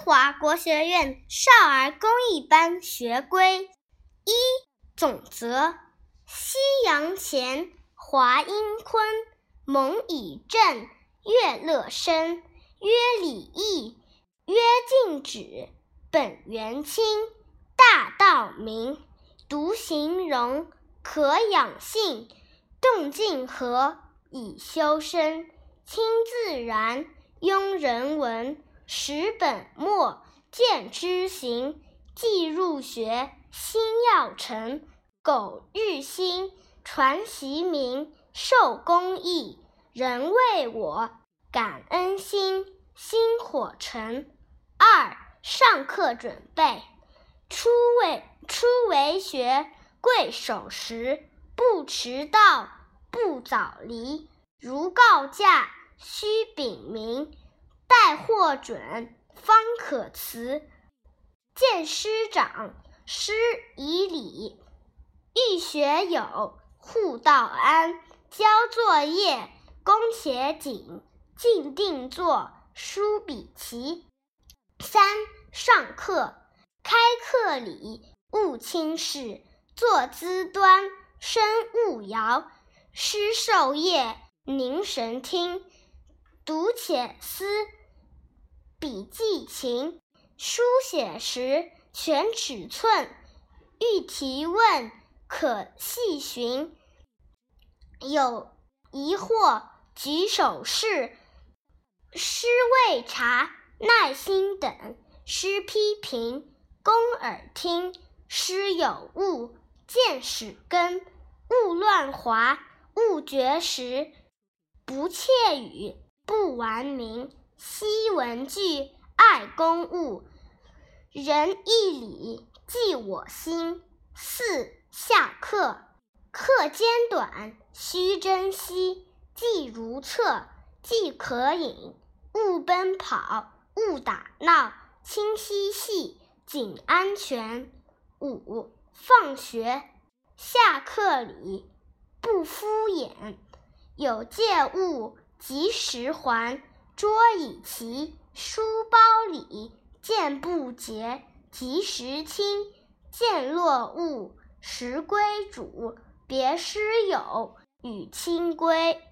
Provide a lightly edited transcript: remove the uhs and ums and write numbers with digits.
华国学院少儿公益班学规一总则：夕阳前，华阴坤，蒙以正，乐乐生。曰礼义，曰敬止，本源清，大道明。独行容，可养性；动静和，以修身。亲自然，拥人文，识本末，见知行。既入学，心要诚。苟日新，传习明，受公益。人为我，感恩心，薪火盛。二、上课准备。初为学，贵守时，不迟到，不早离。如告假，须禀明，待获准，方可辞。见师长，师以礼。遇学友，互道安。交作业，恭且谨，静定坐，书笔齐。三、上课。开课礼，勿轻视；坐姿端，身勿摇。师授业，凝神听。读且思，笔记勤。书写时，全尺寸。欲提问，可细询。有疑惑，举手示。师未察，耐心等。师批评，恭耳听。师有误，见始根。勿乱划，勿绝食。不窃语，不玩名。惜文具，爱公务。仁义礼，记我心。四、下课。课间短，须珍惜。既如厕，即可饮。勿奔跑，勿打闹。轻嬉戏，谨安全。五、放学。下课礼，不敷衍。有借物，及时还。桌椅齐，书包里。见不洁，及时清。见落物，识归主。别师友，与亲归。